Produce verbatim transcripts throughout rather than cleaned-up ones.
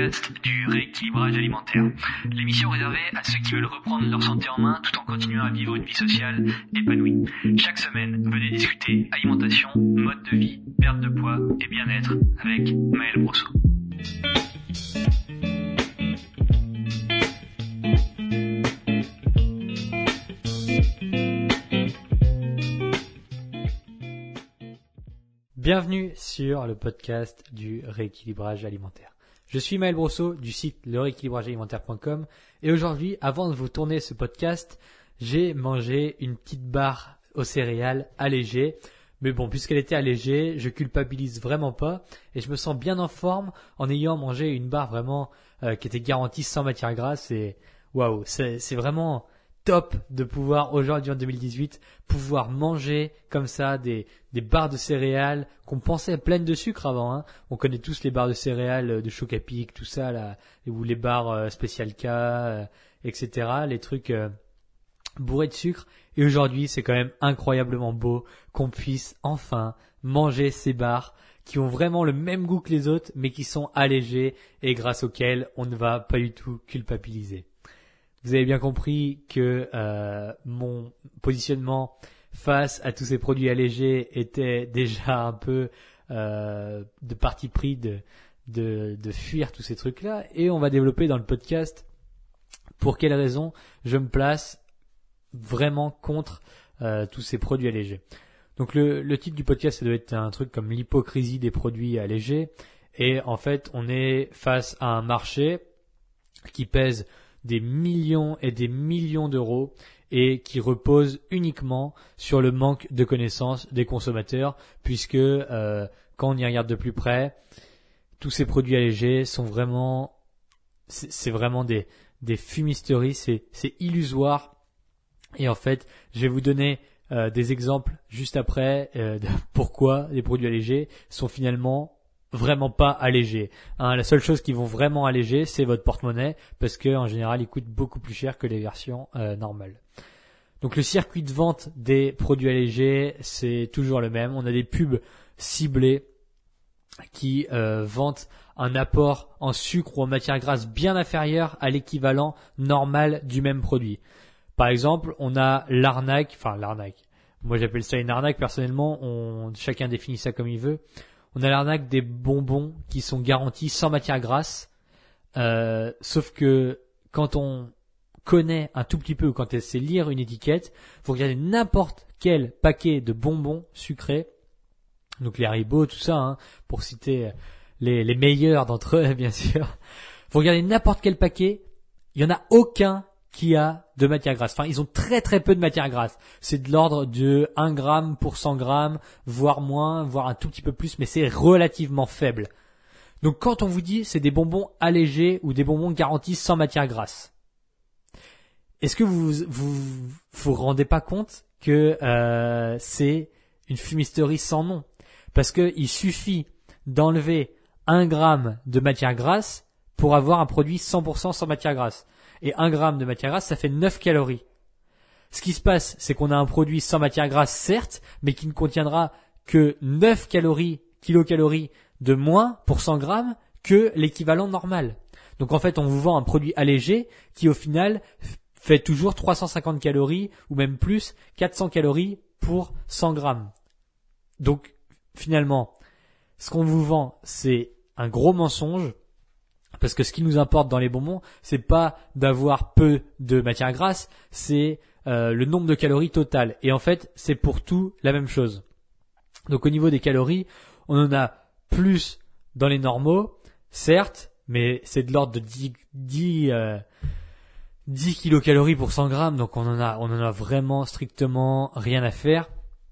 podcast du rééquilibrage alimentaire. L'émission réservée à ceux qui veulent reprendre leur santé en main tout en continuant à vivre une vie sociale épanouie. Chaque semaine, venez discuter alimentation, mode de vie, perte de poids et bien-être avec Maël Brosseau. Bienvenue sur le podcast du rééquilibrage alimentaire. Je suis Maël Brosseau du site le rééquilibrage alimentaire point com et aujourd'hui, avant de vous tourner ce podcast, j'ai mangé une petite barre aux céréales allégée. Mais bon, puisqu'elle était allégée, je culpabilise vraiment pas et je me sens bien en forme en ayant mangé une barre vraiment euh, qui était garantie sans matière grasse et waouh, c'est, c'est vraiment top de pouvoir aujourd'hui en deux mille dix-huit pouvoir manger comme ça des, des barres de céréales qu'on pensait pleines de sucre avant. Hein. On connaît tous les barres de céréales de Choc à Pic, tout ça là, ou les barres euh, Special K, euh, et cetera. Les trucs euh, bourrés de sucre. Et aujourd'hui, c'est quand même incroyablement beau qu'on puisse enfin manger ces barres qui ont vraiment le même goût que les autres, mais qui sont allégées et grâce auxquelles on ne va pas du tout culpabiliser. Vous avez bien compris que euh, mon positionnement face à tous ces produits allégés était déjà un peu euh, de parti pris de, de, de fuir tous ces trucs-là. Et on va développer dans le podcast pour quelles raisons je me place vraiment contre euh, tous ces produits allégés. Donc le, le titre du podcast, ça doit être un truc comme l'hypocrisie des produits allégés. Et en fait, on est face à un marché qui pèse des millions et des millions d'euros et qui repose uniquement sur le manque de connaissances des consommateurs puisque euh, quand on y regarde de plus près, tous ces produits allégés sont vraiment, c'est, c'est vraiment des, des fumisteries, c'est, c'est illusoire et en fait, je vais vous donner euh, des exemples juste après euh, de pourquoi les produits allégés sont finalement vraiment pas allégés. Hein, la seule chose qui vont vraiment alléger, c'est votre porte-monnaie, parce que en général, ils coûtent beaucoup plus cher que les versions euh, normales. Donc le circuit de vente des produits allégés, c'est toujours le même. On a des pubs ciblées qui euh, vantent un apport en sucre ou en matière grasse bien inférieur à l'équivalent normal du même produit. Par exemple, on a l'arnaque, enfin l'arnaque. Moi, j'appelle ça une arnaque personnellement. On, chacun définit ça comme il veut. On a l'arnaque des bonbons qui sont garantis sans matière grasse, euh, sauf que quand on connaît un tout petit peu ou quand on sait lire une étiquette, vous regardez n'importe quel paquet de bonbons sucrés, donc les Haribo, tout ça, hein, pour citer les, les meilleurs d'entre eux, bien sûr. Vous regardez n'importe quel paquet, il y en a aucun qui a de matière grasse. Enfin, ils ont très très peu de matière grasse. C'est de l'ordre de un gramme pour cent grammes, voire moins, voire un tout petit peu plus, mais c'est relativement faible. Donc quand on vous dit c'est des bonbons allégés ou des bonbons garantis sans matière grasse, est-ce que vous vous vous rendez pas compte que euh, c'est une fumisterie sans nom? Parce que il suffit d'enlever un gramme de matière grasse pour avoir un produit cent pour cent sans matière grasse. Et un gramme de matière grasse, ça fait neuf calories. Ce qui se passe, c'est qu'on a un produit sans matière grasse, certes, mais qui ne contiendra que neuf calories, kilocalories de moins pour cent grammes que l'équivalent normal. Donc en fait, on vous vend un produit allégé qui au final fait toujours trois cent cinquante calories ou même plus, quatre cents calories pour cent grammes. Donc finalement, ce qu'on vous vend, c'est un gros mensonge. Parce que ce qui nous importe dans les bonbons, c'est pas d'avoir peu de matière grasse, c'est euh, le nombre de calories totales. Et en fait, c'est pour tout la même chose. Donc au niveau des calories, on en a plus dans les normaux, certes, mais c'est de l'ordre de dix, dix, euh, dix kilocalories pour cent grammes, donc on en a, on en a vraiment strictement rien à faire.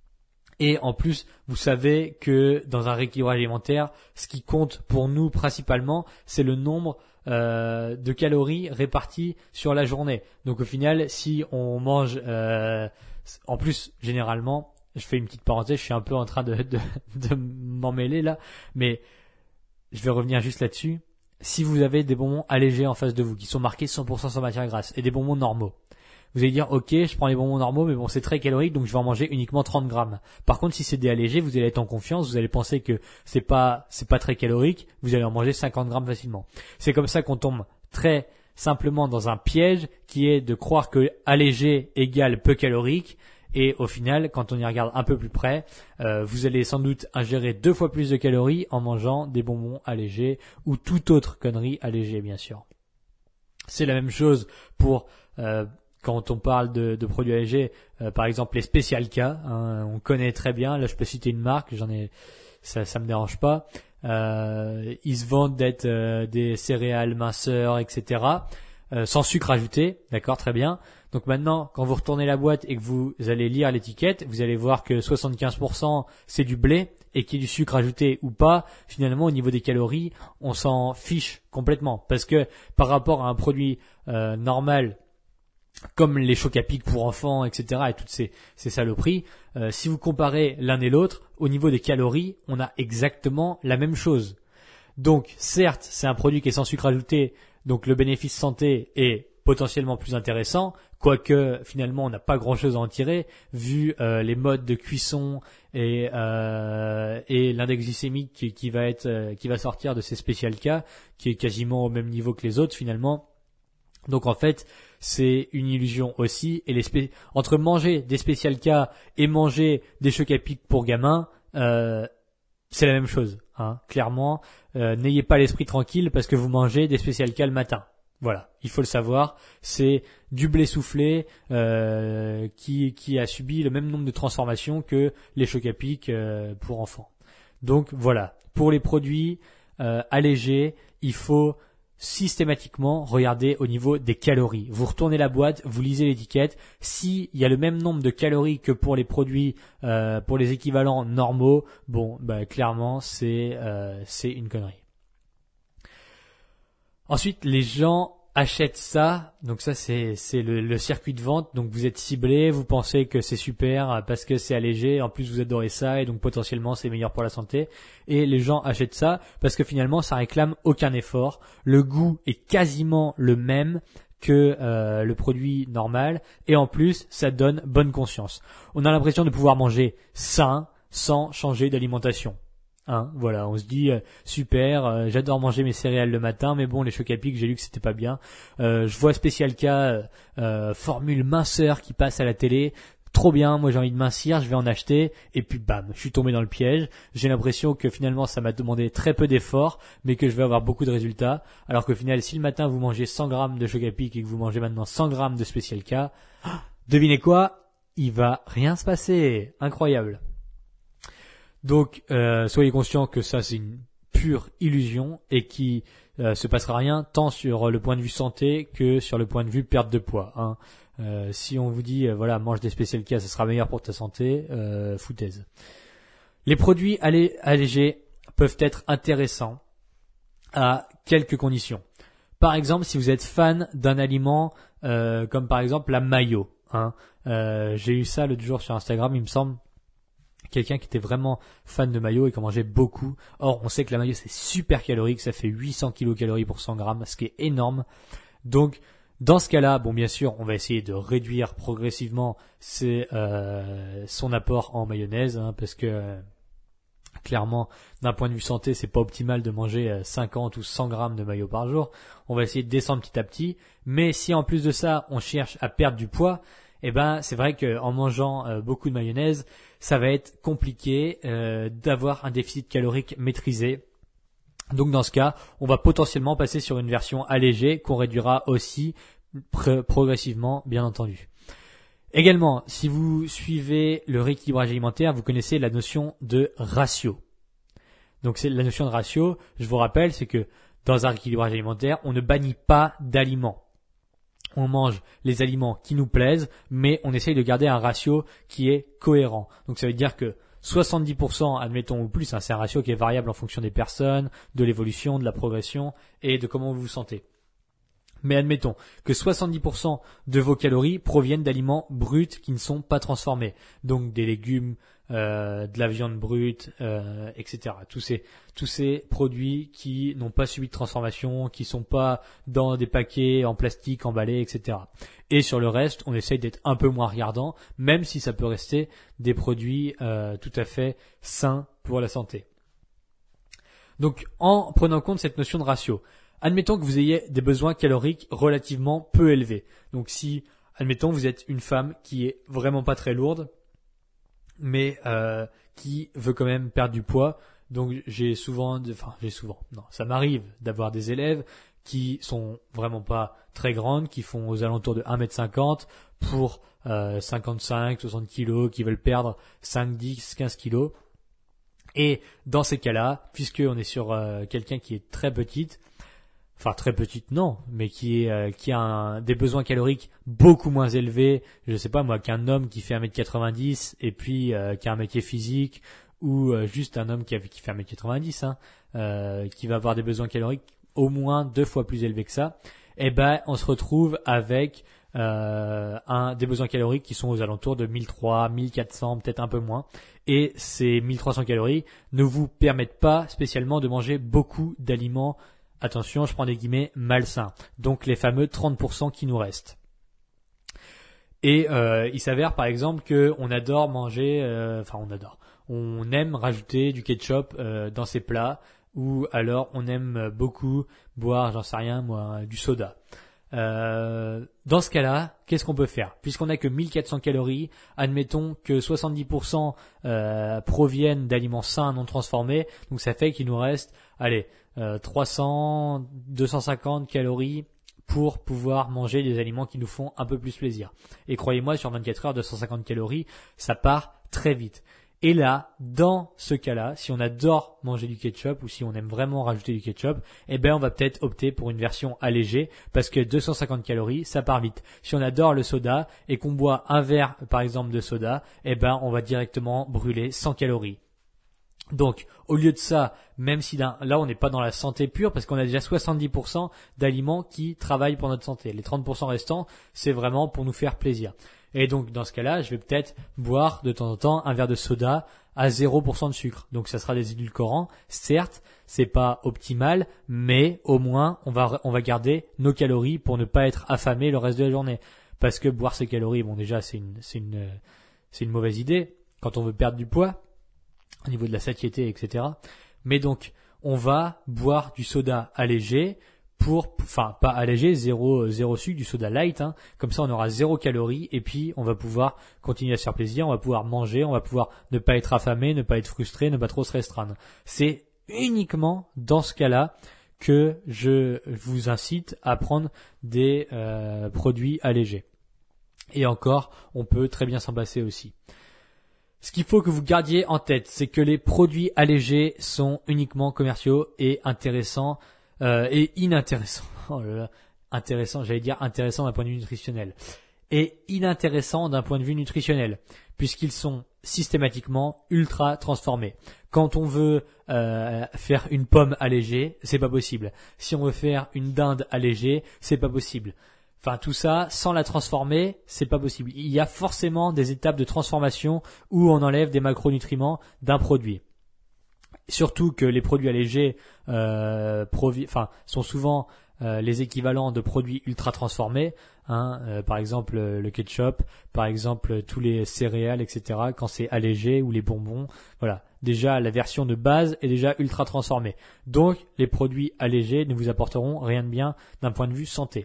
Et en plus, vous savez que dans un rééquilibrage alimentaire, ce qui compte pour nous principalement, c'est le nombre euh, de calories réparties sur la journée. Donc au final, si on mange, euh, en plus généralement, je fais une petite parenthèse, je suis un peu en train de, de, de m'emmêler là, mais je vais revenir juste là-dessus. Si vous avez des bonbons allégés en face de vous, qui sont marqués cent pour cent sans matière grasse, et des bonbons normaux, vous allez dire, ok, je prends les bonbons normaux, mais bon, c'est très calorique, donc je vais en manger uniquement trente grammes. Par contre, si c'est des allégés, vous allez être en confiance, vous allez penser que c'est pas, c'est pas très calorique, vous allez en manger cinquante grammes facilement. C'est comme ça qu'on tombe très simplement dans un piège qui est de croire que allégé égale peu calorique. Et au final, quand on y regarde un peu plus près, euh, vous allez sans doute ingérer deux fois plus de calories en mangeant des bonbons allégés ou toute autre connerie allégée, bien sûr. C'est la même chose pour euh, quand on parle de, de produits allégés, euh, par exemple les Special K, hein, on connaît très bien. Là, je peux citer une marque, j'en ai, ça, ça me dérange pas. Euh, ils se vendent d'être euh, des céréales minceurs, et cetera. Euh, sans sucre ajouté, d'accord, très bien. Donc maintenant, quand vous retournez la boîte et que vous allez lire l'étiquette, vous allez voir que soixante-quinze pour cent c'est du blé et qu'il y ait du sucre ajouté ou pas. Finalement, au niveau des calories, on s'en fiche complètement parce que par rapport à un produit euh, normal comme les chocs à pic pour enfants, et cetera et toutes ces, ces saloperies, euh, si vous comparez l'un et l'autre, au niveau des calories, on a exactement la même chose. Donc certes, c'est un produit qui est sans sucre ajouté, donc le bénéfice santé est potentiellement plus intéressant, quoique finalement on n'a pas grand chose à en tirer vu euh, les modes de cuisson et, euh, et l'index glycémique qui, qui va être euh, qui va sortir de ces Special K, qui est quasiment au même niveau que les autres finalement. Donc en fait c'est une illusion aussi, et les spé- entre manger des Special K et manger des chocs à pic pour gamins, euh, c'est la même chose, hein, clairement. Euh, n'ayez pas l'esprit tranquille parce que vous mangez des Special K le matin. Voilà, il faut le savoir, c'est du blé soufflé euh, qui, qui a subi le même nombre de transformations que les chocs à pic euh, pour enfants. Donc voilà, pour les produits euh, allégés, il faut systématiquement regarder au niveau des calories. Vous retournez la boîte, vous lisez l'étiquette. S'il y a le même nombre de calories que pour les produits, euh, pour les équivalents normaux, bon, bah, clairement, c'est euh, c'est une connerie. Ensuite, les gens achètent ça, donc ça c'est c'est le, le circuit de vente. Donc vous êtes ciblé, vous pensez que c'est super parce que c'est allégé, en plus vous adorez ça et donc potentiellement c'est meilleur pour la santé. Et les gens achètent ça parce que finalement ça réclame aucun effort. Le goût est quasiment le même que euh, le produit normal et en plus ça donne bonne conscience. On a l'impression de pouvoir manger sain sans changer d'alimentation. Hein, voilà, on se dit euh, super, euh, j'adore manger mes céréales le matin, mais bon, les chocs à pic, j'ai lu que c'était pas bien. Euh, je vois Special K, euh, euh, formule minceur qui passe à la télé, trop bien, moi j'ai envie de mincir, je vais en acheter, et puis bam, je suis tombé dans le piège. J'ai l'impression que finalement ça m'a demandé très peu d'efforts, mais que je vais avoir beaucoup de résultats. Alors qu'au final, si le matin vous mangez cent grammes de chocs à pic et que vous mangez maintenant cent grammes de Special K, devinez quoi, il va rien se passer, incroyable. Donc, euh, soyez conscients que ça, c'est une pure illusion et qui euh, se passera rien tant sur le point de vue santé que sur le point de vue perte de poids. Hein. Euh, si on vous dit, euh, voilà, mange des Special K, ça sera meilleur pour ta santé, euh, foutaise. Les produits allé- allégés peuvent être intéressants à quelques conditions. Par exemple, si vous êtes fan d'un aliment euh, comme par exemple la mayo. Hein. Euh, j'ai eu ça l'autre jour sur Instagram, il me semble. Quelqu'un qui était vraiment fan de mayo et qui en mangeait beaucoup. Or, on sait que la mayo, c'est super calorique. Ça fait huit cents kilocalories pour cent grammes, ce qui est énorme. Donc, dans ce cas-là, bon, bien sûr, on va essayer de réduire progressivement ses, euh, son apport en mayonnaise, hein, parce que euh, clairement, d'un point de vue santé, c'est pas optimal de manger cinquante ou cent grammes de mayo par jour. On va essayer de descendre petit à petit. Mais si en plus de ça, on cherche à perdre du poids, eh ben, c'est vrai qu'en mangeant euh, beaucoup de mayonnaise, ça va être compliqué euh, d'avoir un déficit calorique maîtrisé. Donc dans ce cas, on va potentiellement passer sur une version allégée qu'on réduira aussi pr- progressivement, bien entendu. Également, si vous suivez le rééquilibrage alimentaire, vous connaissez la notion de ratio. Donc c'est la notion de ratio, je vous rappelle, c'est que dans un rééquilibrage alimentaire, on ne bannit pas d'aliments. On mange les aliments qui nous plaisent, mais on essaye de garder un ratio qui est cohérent. Donc ça veut dire que soixante-dix pour cent, admettons ou plus, hein, c'est un ratio qui est variable en fonction des personnes, de l'évolution, de la progression et de comment vous vous sentez. Mais admettons que soixante-dix pour cent de vos calories proviennent d'aliments bruts qui ne sont pas transformés. Donc des légumes, euh, de la viande brute, euh, et cetera. Tous ces, tous ces produits qui n'ont pas subi de transformation, qui sont pas dans des paquets en plastique emballés, et cetera. Et sur le reste, on essaye d'être un peu moins regardant, même si ça peut rester des produits euh, tout à fait sains pour la santé. Donc en prenant en compte cette notion de ratio, admettons que vous ayez des besoins caloriques relativement peu élevés. Donc si, admettons, vous êtes une femme qui est vraiment pas très lourde, mais euh, qui veut quand même perdre du poids. Donc j'ai souvent, de, enfin j'ai souvent, non, ça m'arrive d'avoir des élèves qui sont vraiment pas très grandes, qui font aux alentours de un mètre cinquante pour euh, cinquante-cinq, soixante kilos, qui veulent perdre cinq, dix, quinze kilos. Et dans ces cas-là, puisqu'on est sur euh, quelqu'un qui est très petite, enfin très petite non, mais qui est euh, qui a un, des besoins caloriques beaucoup moins élevés, je sais pas moi, qu'un homme qui fait un mètre quatre-vingt-dix et puis euh, qui a un métier physique, ou euh, juste un homme qui, a, qui fait un mètre quatre-vingt-dix, hein, euh, qui va avoir des besoins caloriques au moins deux fois plus élevés que ça, eh ben on se retrouve avec euh, un, des besoins caloriques qui sont aux alentours de mille trois cents, mille quatre cents, peut-être un peu moins. Et ces mille trois cents calories ne vous permettent pas spécialement de manger beaucoup d'aliments, attention, je prends des guillemets, malsains. Donc les fameux trente pour cent qui nous restent. Et euh, il s'avère par exemple qu'on adore manger, euh, enfin on adore, on aime rajouter du ketchup euh, dans ses plats, ou alors on aime beaucoup boire, j'en sais rien moi, du soda. Euh, dans ce cas-là, qu'est-ce qu'on peut faire? Puisqu'on n'a que mille quatre cents calories, admettons que soixante-dix pour cent euh, proviennent d'aliments sains non transformés, donc ça fait qu'il nous reste, allez, euh, trois cents, deux cent cinquante calories pour pouvoir manger des aliments qui nous font un peu plus plaisir. Et croyez-moi, sur vingt-quatre heures, deux cent cinquante calories, ça part très vite. Et là, dans ce cas-là, si on adore manger du ketchup ou si on aime vraiment rajouter du ketchup, eh ben on va peut-être opter pour une version allégée parce que deux cent cinquante calories, ça part vite. Si on adore le soda et qu'on boit un verre, par exemple, de soda, eh ben on va directement brûler cent calories. Donc, au lieu de ça, même si là, on n'est pas dans la santé pure parce qu'on a déjà soixante-dix pour cent d'aliments qui travaillent pour notre santé. Les trente pour cent restants, c'est vraiment pour nous faire plaisir. Et donc, dans ce cas-là, je vais peut-être boire de temps en temps un verre de soda à zéro pour cent de sucre. Donc, ça sera des édulcorants. Certes, c'est pas optimal, mais au moins, on va, on va garder nos calories pour ne pas être affamé le reste de la journée. Parce que boire ces calories, bon, déjà, c'est une, c'est une, c'est une mauvaise idée quand on veut perdre du poids, au niveau de la satiété, et cetera. Mais donc, on va boire du soda allégé pour, enfin, pas allégé, zéro, zéro sucre, du soda light, hein. Comme ça, on aura zéro calorie et puis on va pouvoir continuer à se faire plaisir, on va pouvoir manger, on va pouvoir ne pas être affamé, ne pas être frustré, ne pas trop se restreindre. C'est uniquement dans ce cas-là que je vous incite à prendre des euh, produits allégés. Et encore, on peut très bien s'en passer aussi. Ce qu'il faut que vous gardiez en tête, c'est que les produits allégés sont uniquement commerciaux et intéressants euh, et inintéressants. Oh là là, intéressant, j'allais dire intéressant d'un point de vue nutritionnel. Et inintéressants d'un point de vue nutritionnel, puisqu'ils sont systématiquement ultra transformés. Quand on veut euh, faire une pomme allégée, c'est pas possible. Si on veut faire une dinde allégée, c'est pas possible. Enfin, tout ça, sans la transformer, c'est pas possible. Il y a forcément des étapes de transformation où on enlève des macronutriments d'un produit. Surtout que les produits allégés euh, provi- enfin, sont souvent euh, les équivalents de produits ultra transformés. Hein, euh, par exemple, le ketchup, par exemple, tous les céréales, et cetera. Quand c'est allégé, ou les bonbons, voilà. Déjà, la version de base est déjà ultra transformée. Donc, les produits allégés ne vous apporteront rien de bien d'un point de vue santé.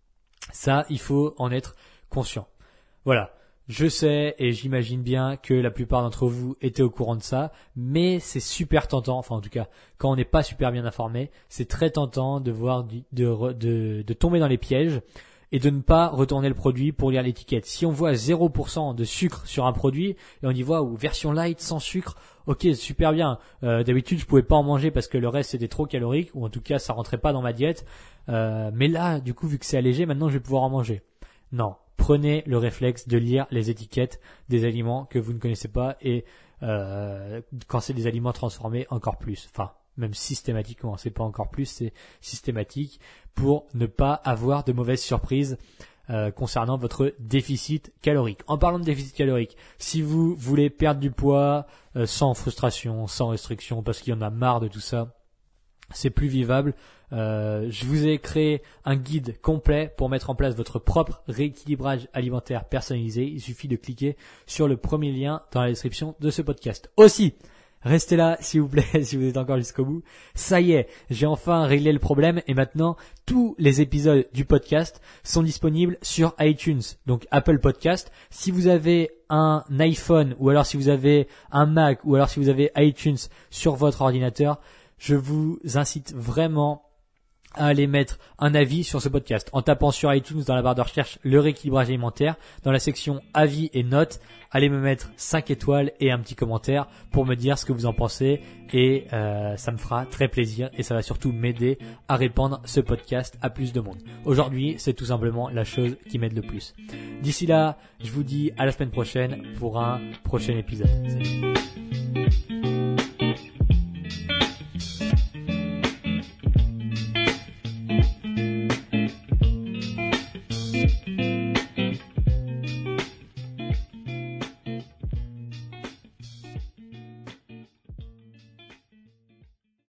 Ça, il faut en être conscient. Voilà, je sais et j'imagine bien que la plupart d'entre vous étaient au courant de ça, mais c'est super tentant, enfin en tout cas, quand on n'est pas super bien informé, c'est très tentant de voir du, de, de, de tomber dans les pièges et de ne pas retourner le produit pour lire l'étiquette. Si on voit zéro pour cent de sucre sur un produit et on y voit ou version light sans sucre, ok, super bien. Euh, d'habitude, je pouvais pas en manger parce que le reste c'était trop calorique, ou en tout cas ça rentrait pas dans ma diète. Euh, mais là, du coup, vu que c'est allégé, maintenant je vais pouvoir en manger. Non, prenez le réflexe de lire les étiquettes des aliments que vous ne connaissez pas et euh, quand c'est des aliments transformés, encore plus. Enfin, même systématiquement, c'est pas encore plus, c'est systématique pour ne pas avoir de mauvaises surprises euh, concernant votre déficit calorique. En parlant de déficit calorique, si vous voulez perdre du poids euh, sans frustration, sans restriction, parce qu'il y en a marre de tout ça, c'est plus vivable. Euh, je vous ai créé un guide complet pour mettre en place votre propre rééquilibrage alimentaire personnalisé. Il suffit de cliquer sur le premier lien dans la description de ce podcast. Aussi, restez là s'il vous plaît si vous êtes encore jusqu'au bout. Ça y est, j'ai enfin réglé le problème et maintenant tous les épisodes du podcast sont disponibles sur iTunes, donc Apple Podcast. Si vous avez un iPhone ou alors si vous avez un Mac ou alors si vous avez iTunes sur votre ordinateur, je vous incite vraiment à aller mettre un avis sur ce podcast en tapant sur iTunes dans la barre de recherche le rééquilibrage alimentaire. Dans la section avis et notes, allez me mettre cinq étoiles et un petit commentaire pour me dire ce que vous en pensez et euh, ça me fera très plaisir et ça va surtout m'aider à répandre ce podcast à plus de monde. Aujourd'hui, c'est tout simplement la chose qui m'aide le plus. D'ici là, je vous dis à la semaine prochaine pour un prochain épisode. Salut.